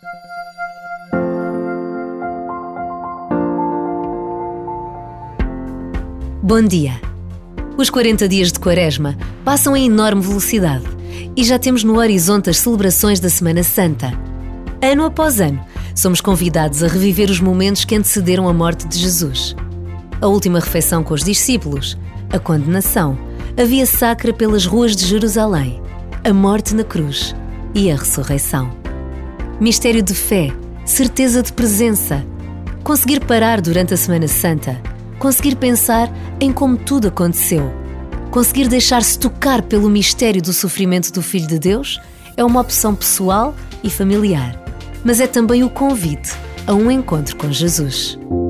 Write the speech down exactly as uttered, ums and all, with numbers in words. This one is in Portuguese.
Bom dia! Os quarenta dias de Quaresma passam em enorme velocidade e já temos no horizonte as celebrações da Semana Santa. Ano após ano, somos convidados a reviver os momentos que antecederam a morte de Jesus. A última refeição com os discípulos, a condenação, a via sacra pelas ruas de Jerusalém, a morte na cruz e a ressurreição. Mistério de fé, certeza de presença, conseguir parar durante a Semana Santa, conseguir pensar em como tudo aconteceu, conseguir deixar-se tocar pelo mistério do sofrimento do Filho de Deus é uma opção pessoal e familiar, mas é também o convite a um encontro com Jesus.